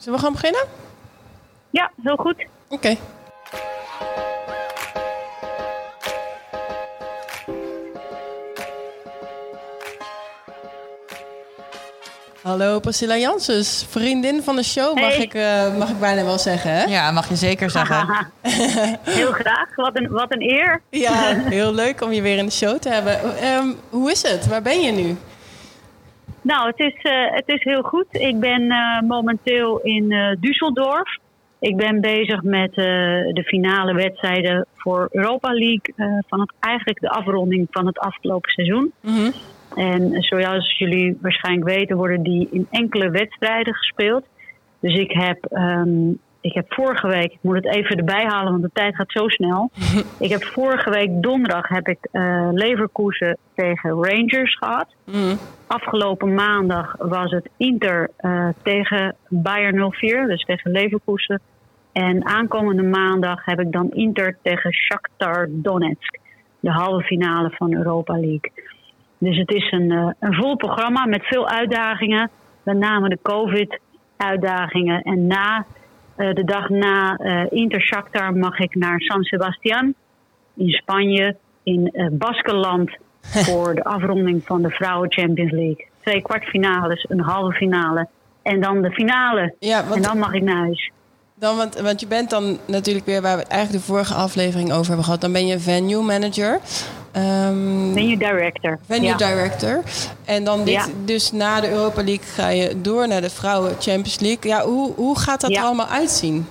Zullen we gaan beginnen? Ja, heel goed. Oké. Hallo Priscilla Janssens, vriendin van de show, mag ik bijna wel zeggen, hè? Ja, mag je zeker zeggen. Heel graag, wat een eer. Ja, heel leuk om je weer in de show te hebben. Hoe is het? Waar ben je nu? Nou, het is heel goed. Ik ben momenteel in Düsseldorf. Ik ben bezig met de finale wedstrijden voor Europa League. Eigenlijk de afronding van het afgelopen seizoen. Mm-hmm. En zoals jullie waarschijnlijk weten worden die in enkele wedstrijden gespeeld. Dus ik heb vorige week, ik moet het even erbij halen want de tijd gaat zo snel. Ik heb vorige week donderdag Leverkusen tegen Rangers gehad. Mm. Afgelopen maandag was het Inter tegen Bayer 04, dus tegen Leverkusen. En aankomende maandag heb ik dan Inter tegen Shakhtar Donetsk. De halve finale van Europa League. Dus het is een vol programma met veel uitdagingen. Met name de COVID-uitdagingen. En de dag na Inter-Shakhtar mag ik naar San Sebastián in Spanje. In Baskenland voor de afronding van de Vrouwen Champions League. 2 kwartfinales, een halve finale. En dan de finale. Ja, en dan mag ik naar huis. Want je bent dan natuurlijk weer, waar we het eigenlijk de vorige aflevering over hebben gehad. Dan ben je venue manager. Venue director. Director. En dan dus na de Europa League ga je door naar de Vrouwen Champions League. Ja, hoe gaat dat er allemaal uitzien?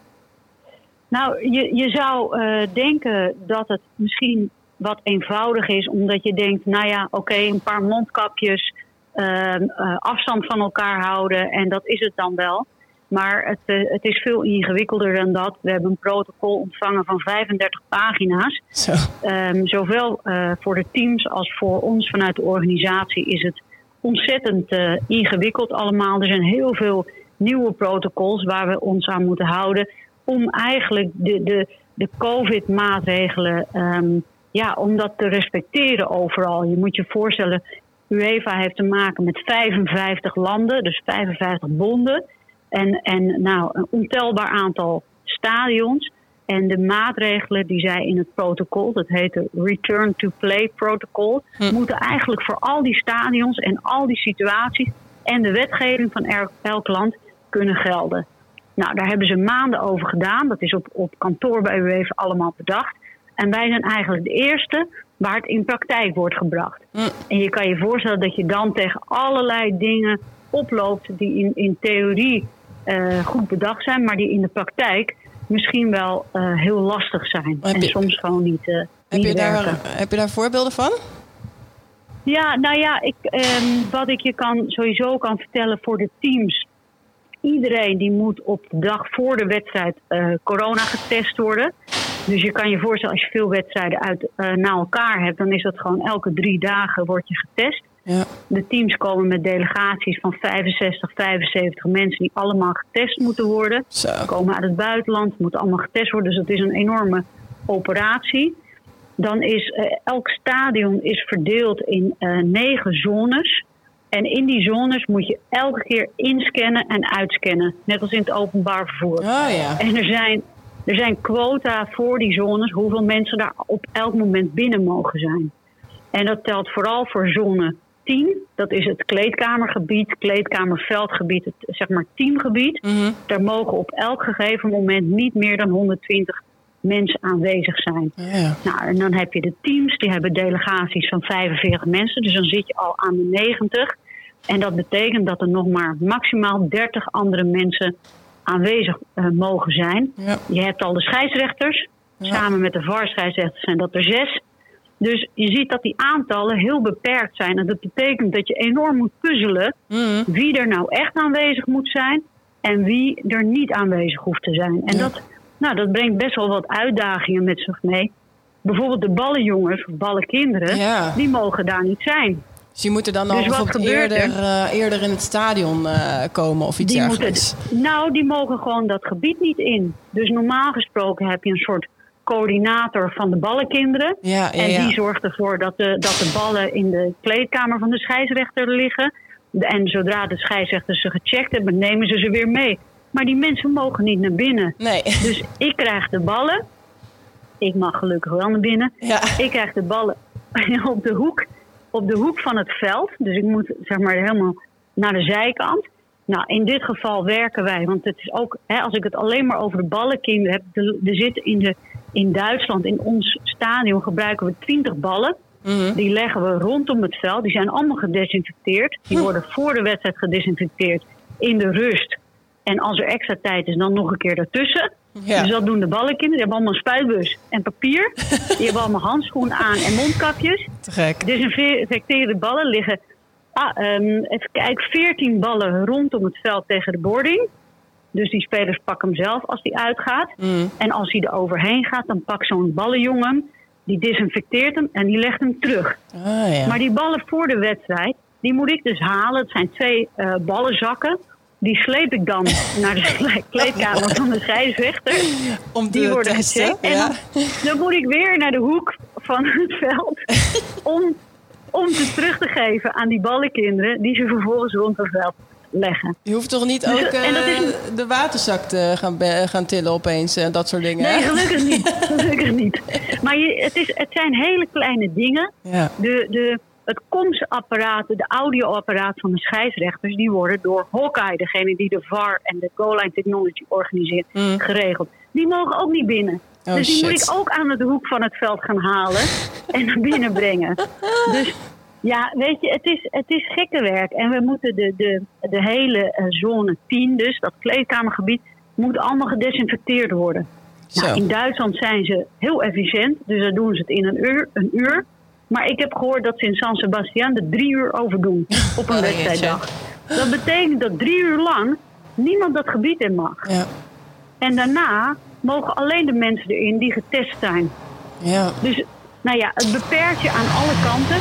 Nou, je zou denken dat het misschien wat eenvoudig is. Omdat je denkt, een paar mondkapjes, afstand van elkaar houden. En dat is het dan wel. Maar het is veel ingewikkelder dan dat. We hebben een protocol ontvangen van 35 pagina's. Zo. Zowel voor de teams als voor ons vanuit de organisatie is het ontzettend ingewikkeld allemaal. Er zijn heel veel nieuwe protocols waar we ons aan moeten houden. Om eigenlijk de COVID-maatregelen, om dat te respecteren overal. Je moet je voorstellen, UEFA heeft te maken met 55 landen, dus 55 bonden. En een ontelbaar aantal stadions. En de maatregelen die zij in het protocol, dat heet de Return to Play protocol, moeten eigenlijk voor al die stadions en al die situaties en de wetgeving van elk land kunnen gelden. Nou, daar hebben ze maanden over gedaan. Dat is op kantoor bij UEFA allemaal bedacht. En wij zijn eigenlijk de eerste waar het in praktijk wordt gebracht. En je kan je voorstellen dat je dan tegen allerlei dingen oploopt die in theorie goed bedacht zijn, maar die in de praktijk misschien wel heel lastig zijn. En soms gewoon niet werken. Heb je daar voorbeelden van? Ja, wat ik je sowieso kan vertellen voor de teams. Iedereen die moet op de dag voor de wedstrijd corona getest worden. Dus je kan je voorstellen, als je veel wedstrijden na elkaar hebt, dan is dat gewoon elke 3 dagen word je getest. Ja. De teams komen met delegaties van 65, 75 mensen die allemaal getest moeten worden. Zo. Ze komen uit het buitenland, moeten allemaal getest worden. Dus dat is een enorme operatie. Dan is elk stadion is verdeeld in 9 zones. En in die zones moet je elke keer inscannen en uitscannen. Net als in het openbaar vervoer. Oh, ja. En er zijn quota voor die zones, hoeveel mensen daar op elk moment binnen mogen zijn. En dat telt vooral voor zone 10. Dat is het kleedkamergebied, kleedkamerveldgebied, het zeg maar teamgebied. Mm-hmm. Daar mogen op elk gegeven moment niet meer dan 120 mensen aanwezig zijn. Ja. Nou, en dan heb je de teams, die hebben delegaties van 45 mensen. Dus dan zit je al aan de 90. En dat betekent dat er nog maar maximaal 30 andere mensen aanwezig mogen zijn. Ja. Je hebt al de scheidsrechters. Ja. Samen met de VAR-scheidsrechters zijn dat er 6. Dus je ziet dat die aantallen heel beperkt zijn. En dat betekent dat je enorm moet puzzelen wie er nou echt aanwezig moet zijn en wie er niet aanwezig hoeft te zijn. En dat brengt best wel wat uitdagingen met zich mee. Bijvoorbeeld de ballenjongens of ballenkinderen, die mogen daar niet zijn. Dus die moeten dan al bijvoorbeeld eerder in het stadion komen of iets dergelijks? Die mogen gewoon dat gebied niet in. Dus normaal gesproken heb je een soort coördinator van de ballenkinderen. Die zorgt ervoor dat de ballen in de kleedkamer van de scheidsrechter liggen. En zodra de scheidsrechters ze gecheckt hebben, nemen ze weer mee Maar die mensen mogen niet naar binnen. Nee. Dus ik krijg de ballen. Ik mag gelukkig wel naar binnen. Ja. Ik krijg de ballen op de hoek van het veld. Dus ik moet zeg maar helemaal naar de zijkant. Nou, in dit geval werken wij. Want het is ook, als ik het alleen maar over de ballenkinderen heb. Er zitten in Duitsland, in ons stadion, gebruiken we 20 ballen. Mm-hmm. Die leggen we rondom het veld. Die zijn allemaal gedesinfecteerd. Die worden voor de wedstrijd gedesinfecteerd in de rust. En als er extra tijd is, dan nog een keer daartussen. Ja. Dus dat doen de ballenkinderen. Die hebben allemaal een spuitbus en papier. Die hebben allemaal handschoenen aan en mondkapjes. Te gek. Desinfecteerde ballen liggen... even kijken, 14 ballen rondom het veld tegen de boarding. Dus die spelers pakken hem zelf als die uitgaat. Mm. En als hij er overheen gaat, dan pakt zo'n ballenjongen... die desinfecteert hem en die legt hem terug. Ja. Maar die ballen voor de wedstrijd, die moet ik dus halen. Het zijn 2 ballenzakken. Die sleep ik dan naar de kleedkamer van de scheidsrechter. Om die worden gecheckt. En dan moet ik weer naar de hoek van het veld... om ze terug te geven aan die ballenkinderen... die ze vervolgens rond het veld leggen. Je hoeft toch niet ook de waterzak te gaan tillen opeens... dat soort dingen? Nee, gelukkig niet. Maar het zijn hele kleine dingen. Ja. Het komsapparaat, de audioapparaat van de scheidsrechters... die worden door Hawkeye, degene die de VAR en de Goal Line Technology organiseert... geregeld. Die mogen ook niet binnen. Dus die moet ik ook aan de hoek van het veld gaan halen en naar binnen brengen. Dus ja, weet je, het is gekke werk. En we moeten de hele zone 10, dus dat kleedkamergebied, moet allemaal gedesinfecteerd worden. Nou, in Duitsland zijn ze heel efficiënt, dus dan doen ze het in een uur. Maar ik heb gehoord dat ze in San Sebastian er 3 uur over doen op een wedstrijddag. Dat betekent dat 3 uur lang niemand dat gebied in mag. Ja. En daarna mogen alleen de mensen erin die getest zijn. Ja. Dus nou ja, het beperkt je aan alle kanten.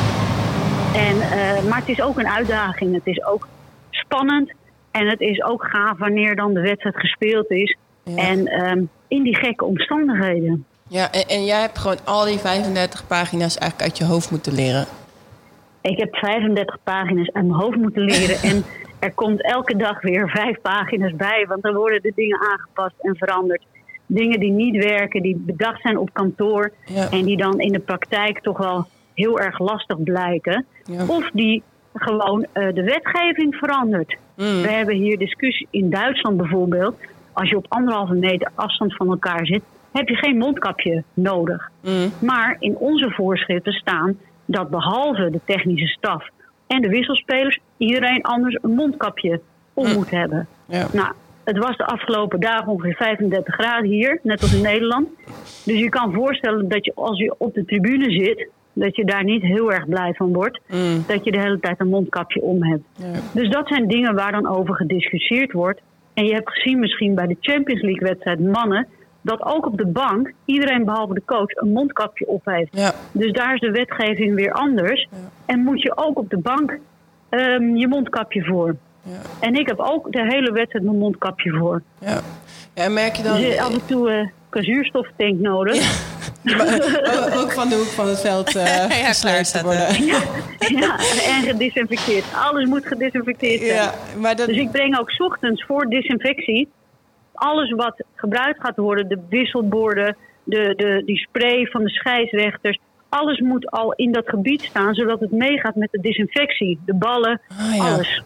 Maar het is ook een uitdaging. Het is ook spannend. En het is ook gaaf wanneer dan de wedstrijd gespeeld is. Ja. En in die gekke omstandigheden. Ja, en jij hebt gewoon al die 35 pagina's eigenlijk uit je hoofd moeten leren. Ik heb 35 pagina's uit mijn hoofd moeten leren. En er komt elke dag weer 5 pagina's bij. Want dan worden de dingen aangepast en veranderd. Dingen die niet werken, die bedacht zijn op kantoor... Ja. En die dan in de praktijk toch wel heel erg lastig blijken. Ja. Of die gewoon de wetgeving verandert. Mm. We hebben hier discussie in Duitsland bijvoorbeeld. Als je op 1,5 meter afstand van elkaar zit... heb je geen mondkapje nodig. Mm. Maar in onze voorschriften staan dat behalve de technische staf... en de wisselspelers iedereen anders een mondkapje om moet hebben. Ja. Nou, het was de afgelopen dagen ongeveer 35 graden hier, net als in Nederland. Dus je kan voorstellen dat je als je op de tribune zit... dat je daar niet heel erg blij van wordt. Mm. Dat je de hele tijd een mondkapje om hebt. Ja. Dus dat zijn dingen waar dan over gediscussieerd wordt. En je hebt gezien misschien bij de Champions League wedstrijd mannen... dat ook op de bank iedereen behalve de coach een mondkapje op heeft. Ja. Dus daar is de wetgeving weer anders. Ja. En moet je ook op de bank je mondkapje voor. Ja. En ik heb ook de hele wedstrijd mijn mondkapje voor. Ja. Ja, en merk je dan... Dus af en toe een zuurstoftank nodig. Ja. Maar ook van de hoek van het veld gesleurd te worden. Ja, en gedesinfecteerd. Alles moet gedesinfecteerd zijn. Ja, maar dat... Dus ik breng ook 's ochtends voor disinfectie... alles wat gebruikt gaat worden, de wisselborden, die spray van de scheidsrechters... alles moet al in dat gebied staan, zodat het meegaat met de disinfectie. De ballen, alles.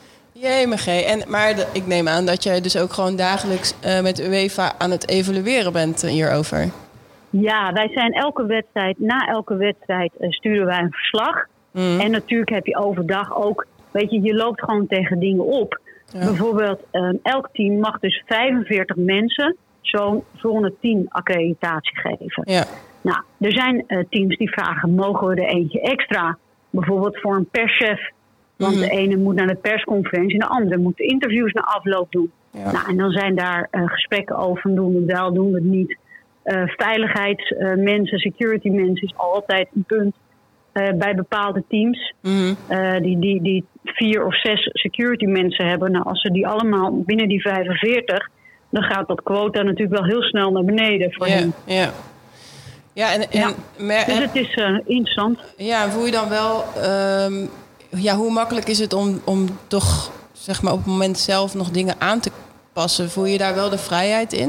Jemig. Maar ik neem aan dat jij dus ook gewoon dagelijks met UEFA aan het evalueren bent hierover. Ja, wij zijn na elke wedstrijd sturen wij een verslag. Mm. En natuurlijk heb je overdag ook, weet je loopt gewoon tegen dingen op. Ja. Bijvoorbeeld, elk team mag dus 45 mensen zo'n zone 10 accreditatie geven. Ja. Nou, er zijn teams die vragen, mogen we er eentje extra? Bijvoorbeeld voor een perschef. Want de ene moet naar de persconferentie en de andere moet de interviews na afloop doen. Ja. Nou, en dan zijn daar gesprekken over, doen we het wel, doen we het niet. Veiligheidsmensen, security mensen is altijd een punt bij bepaalde teams. Mm-hmm. Die 4 of 6 security mensen hebben. Nou, als ze die allemaal binnen die 45, dan gaat dat quota natuurlijk wel heel snel naar beneden voor hen. Ja. Dus het is interessant. Ja, en voel je dan wel... hoe makkelijk is het om toch zeg maar op het moment zelf nog dingen aan te passen. Voel je daar wel de vrijheid in?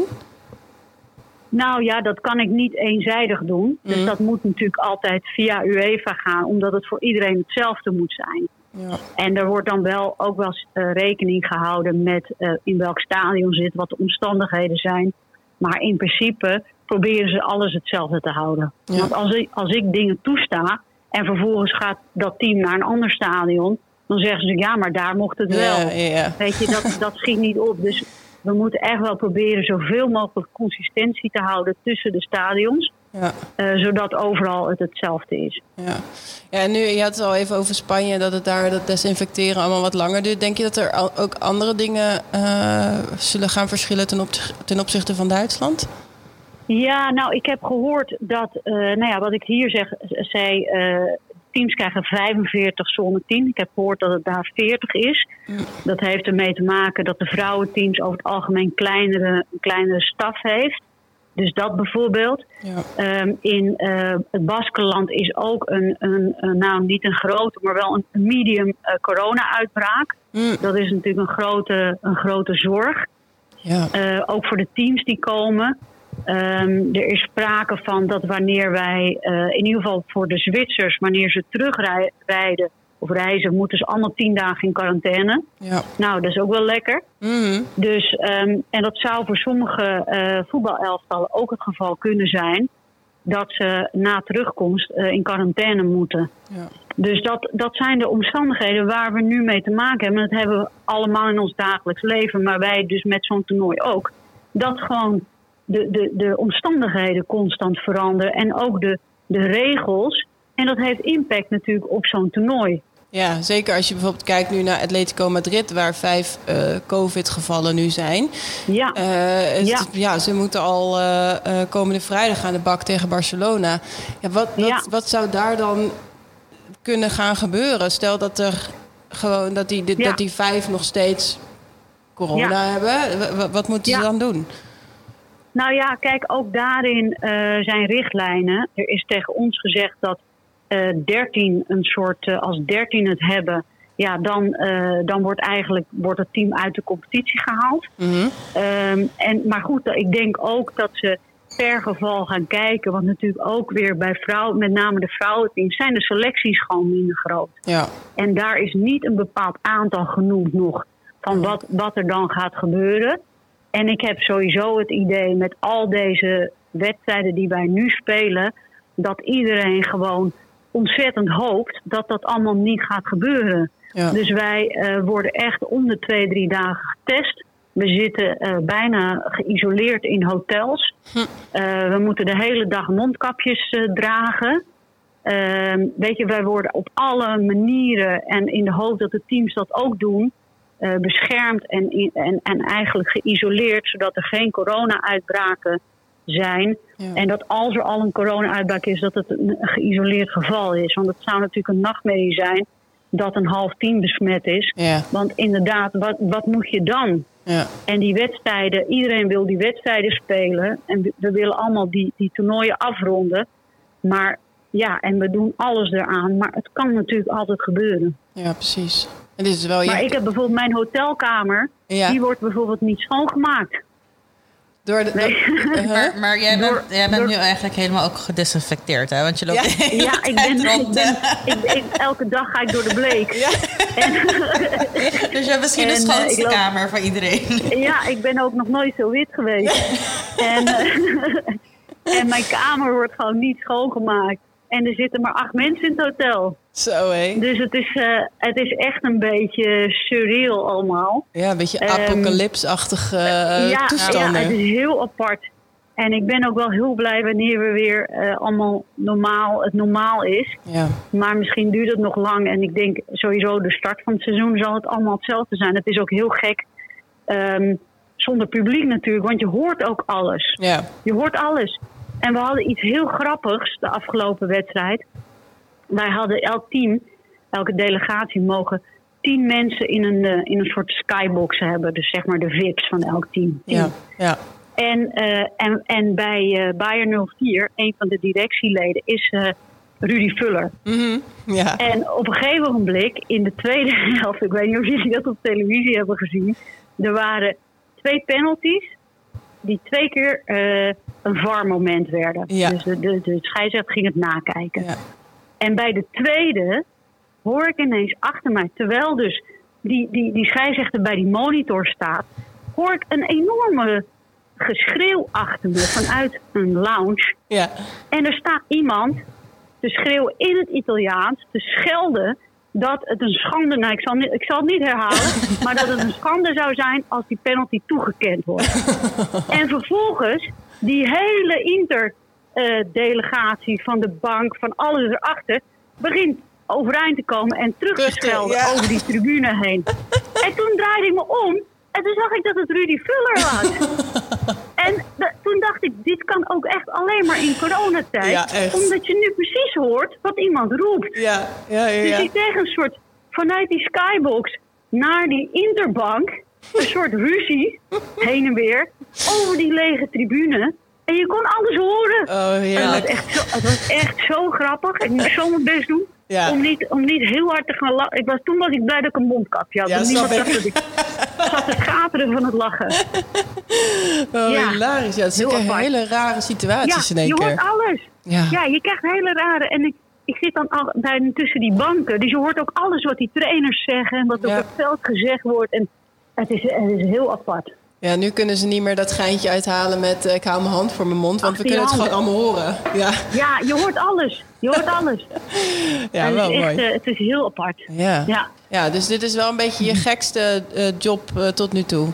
Nou ja, dat kan ik niet eenzijdig doen. Dus dat moet natuurlijk altijd via UEFA gaan, omdat het voor iedereen hetzelfde moet zijn. Ja. En er wordt dan ook wel rekening gehouden met in welk stadion zit, wat de omstandigheden zijn. Maar in principe proberen ze alles hetzelfde te houden. Ja. Want als ik dingen toesta en vervolgens gaat dat team naar een ander stadion, dan zeggen ze ja, maar daar mocht het wel. Ja. Weet je, dat schiet niet op. Dus we moeten echt wel proberen zoveel mogelijk consistentie te houden tussen de stadions. Ja. Zodat overal het hetzelfde is. Ja, en nu, je had het al even over Spanje, dat het daar dat desinfecteren allemaal wat langer duurt. Denk je dat er ook andere dingen zullen gaan verschillen ten opzichte van Duitsland? Ja, nou, ik heb gehoord dat, wat ik hier zei, teams krijgen 45 zone 10. Ik heb gehoord dat het daar 40 is. Dat heeft ermee te maken dat de vrouwenteams over het algemeen kleinere staf heeft. Dus dat bijvoorbeeld. Ja. In het Baskenland is ook niet een grote, maar wel een medium corona-uitbraak. Dat is natuurlijk een grote zorg. Ja. Ook voor de teams die komen. Er is sprake van dat wanneer wij, in ieder geval voor de Zwitsers, wanneer ze terugrijden of reizen, moeten ze allemaal 10 dagen in quarantaine. Ja. Nou, dat is ook wel lekker. Mm-hmm. Dus, en dat zou voor sommige voetbalelftallen ook het geval kunnen zijn, dat ze na terugkomst in quarantaine moeten. Ja. Dus dat zijn de omstandigheden waar we nu mee te maken hebben. En dat hebben we allemaal in ons dagelijks leven, maar wij dus met zo'n toernooi ook. Dat gewoon de omstandigheden constant veranderen en ook de regels. En dat heeft impact natuurlijk op zo'n toernooi. Ja, zeker als je bijvoorbeeld kijkt nu naar Atletico Madrid, waar 5 COVID-gevallen nu zijn. Ja. Ze moeten al komende vrijdag aan de bak tegen Barcelona. Ja, wat zou daar dan kunnen gaan gebeuren? Stel dat er gewoon dat die 5 nog steeds corona hebben. Wat moeten ze dan doen? Nou ja, kijk, ook daarin zijn richtlijnen. Er is tegen ons gezegd dat 13 een soort, als 13 het hebben, ja, dan wordt het team uit de competitie gehaald. Mm-hmm. Maar goed, ik denk ook dat ze per geval gaan kijken, want natuurlijk ook weer bij vrouwen, met name de vrouwenteams, zijn de selecties gewoon minder groot. Ja. En daar is niet een bepaald aantal genoemd nog van wat er dan gaat gebeuren. En ik heb sowieso het idee met al deze wedstrijden die wij nu spelen, dat iedereen gewoon ontzettend hoopt dat dat allemaal niet gaat gebeuren. Ja. Dus wij worden echt om de 2-3 dagen getest. We zitten bijna geïsoleerd in hotels. We moeten de hele dag mondkapjes dragen. Weet je, wij worden op alle manieren en in de hoop dat de teams dat ook doen, beschermd en eigenlijk geïsoleerd, zodat er geen corona-uitbraken zijn. Ja. En dat als er al een corona-uitbraak is, dat het een geïsoleerd geval is. Want het zou natuurlijk een nachtmerrie zijn dat een half team besmet is. Ja. Want inderdaad, wat moet je dan? Ja. En die wedstrijden, iedereen wil die wedstrijden spelen. En we willen allemaal die toernooien afronden. Maar ja, en we doen alles eraan. Maar het kan natuurlijk altijd gebeuren. Ja, precies. En dit is wel maar ik heb bijvoorbeeld mijn hotelkamer. Ja. Die wordt bijvoorbeeld niet schoongemaakt. Maar jij bent nu eigenlijk helemaal ook gedesinfecteerd, hè? Want je loopt elke dag ga ik door de bleek. Ja. Dus je hebt misschien de schoonste kamer voor iedereen. Ja, ik ben ook nog nooit zo wit geweest. En mijn kamer wordt gewoon niet schoongemaakt. En er zitten maar 8 mensen in het hotel. Zo, hé. Dus het is echt een beetje surreal allemaal. Ja, een beetje apocalypsachtige toestanden. Ja, het is heel apart. En ik ben ook wel heel blij wanneer we weer allemaal normaal is. Ja. Maar misschien duurt het nog lang. En ik denk sowieso de start van het seizoen zal het allemaal hetzelfde zijn. Het is ook heel gek. Zonder publiek natuurlijk, want je hoort ook alles. Ja. Je hoort alles. En we hadden iets heel grappigs de afgelopen wedstrijd. Wij hadden elk team, elke delegatie mogen 10 mensen in een soort skybox hebben. Dus zeg maar de VIP's van elk team. Ja, ja. En bij Bayer 04, een van de directieleden, is Rudy Vuller. Mm-hmm. Ja. En op een gegeven moment in de tweede helft, ik weet niet of jullie dat op televisie hebben gezien, er waren 2 penalties die 2 keer een VAR-moment werden. Ja. Dus de scheidsrechter ging het nakijken. Ja. En bij de tweede hoor ik ineens achter mij, terwijl dus die scheidsrechter bij die monitor staat, hoor ik een enorme geschreeuw achter me vanuit een lounge. Ja. En er staat iemand te schreeuwen in het Italiaans, te schelden dat het een schande, nou ik zal het niet herhalen, maar dat het een schande zou zijn als die penalty toegekend wordt. En vervolgens die hele Inter-delegatie van de bank, van alles erachter, begint overeind te komen en terug te schelden over die tribune heen. En toen draaide ik me om en toen zag ik dat het Rudy Vuller was. En toen dacht ik, dit kan ook echt alleen maar in coronatijd. Ja, echt. Omdat je nu precies hoort wat iemand roept. Ja. Dus ik kreeg een soort, vanuit die skybox naar die Interbank, een soort ruzie, heen en weer, over die lege tribune. En je kon alles horen. Oh, heerlijk. Het was echt zo grappig. Ik moest zo mijn best doen. Ja. Om niet heel hard te gaan lachen. Toen was ik blij dat ik een mondkapje had. Ja, niemand dacht dat ik zat te schateren van het lachen. Hilarisch. Ja, het zijn hele rare situaties in één keer. Je hoort alles. Ja, je krijgt hele rare. En ik zit dan tussen die banken. Dus je hoort ook alles wat die trainers zeggen. En wat op het veld gezegd wordt. En het is heel apart. Ja, nu kunnen ze niet meer dat geintje uithalen met ik hou mijn hand voor mijn mond. Want we kunnen het gewoon allemaal horen. Ja, je hoort alles. Ja, wel mooi. Het is heel apart. Ja, dus dit is wel een beetje je gekste job tot nu toe.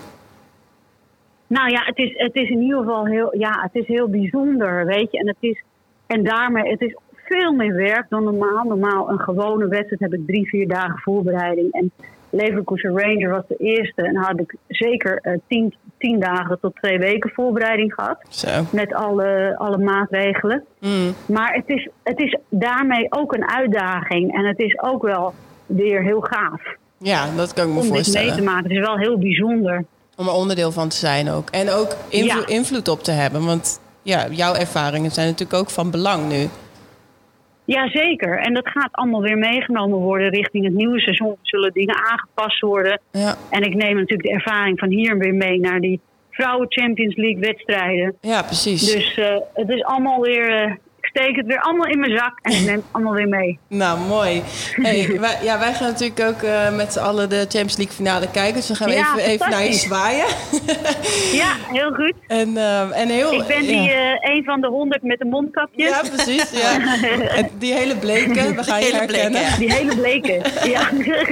Nou ja, het is in ieder geval heel bijzonder, weet je. En daarmee, het is veel meer werk dan normaal. Normaal een gewone wedstrijd heb ik 3-4 dagen voorbereiding. En Leverkusen Ranger was de eerste. En had ik zeker 10 dagen tot 2 weken voorbereiding gehad. Zo. Met alle maatregelen. Maar het is daarmee ook een uitdaging. En het is ook wel weer heel gaaf. Ja, dat kan ik me voorstellen. Om dit mee te maken. Het is wel heel bijzonder. Om er onderdeel van te zijn ook. En ook invloed op te hebben. Want jouw ervaringen zijn natuurlijk ook van belang nu. Jazeker. En dat gaat allemaal weer meegenomen worden richting het nieuwe seizoen. Zullen dingen aangepast worden. Ja. En ik neem natuurlijk de ervaring van hier weer mee naar die vrouwen Champions League wedstrijden. Ja, precies. Dus het is allemaal weer... ik steek het weer allemaal in mijn zak en ik neem het allemaal weer mee. Nou, mooi. Hey, wij gaan natuurlijk ook met z'n allen de Champions League finale kijken. Dus we gaan even naar je zwaaien. Ja, heel goed. En ik ben een van de 100 met een mondkapje. Ja, precies. Ja. En die hele bleke, we gaan je herkennen. Die hele bleke, ja.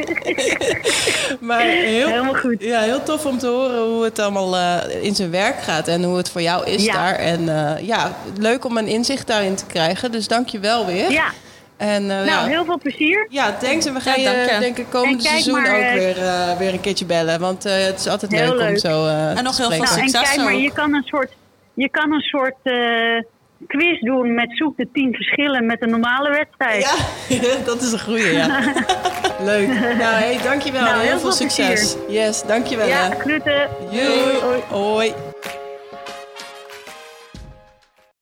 Maar helemaal goed. Ja, heel tof om te horen hoe het allemaal in zijn werk gaat. En hoe het voor jou is daar. En leuk om een inzicht daarin te krijgen. Dus dank je wel weer. Ja. En, heel veel plezier. Ja, thanks. En we gaan je denk ik komende seizoen ook weer een keertje bellen. Want het is altijd leuk om zo en nog heel veel succes. En kijk maar, je kan een soort quiz doen met zoek de 10 verschillen met een normale wedstrijd. Ja, dat is een goeie, ja. Leuk. Nou, hey, dankjewel. Heel veel succes. Plezier. Yes, dankjewel. Ja, groeten. Hoi.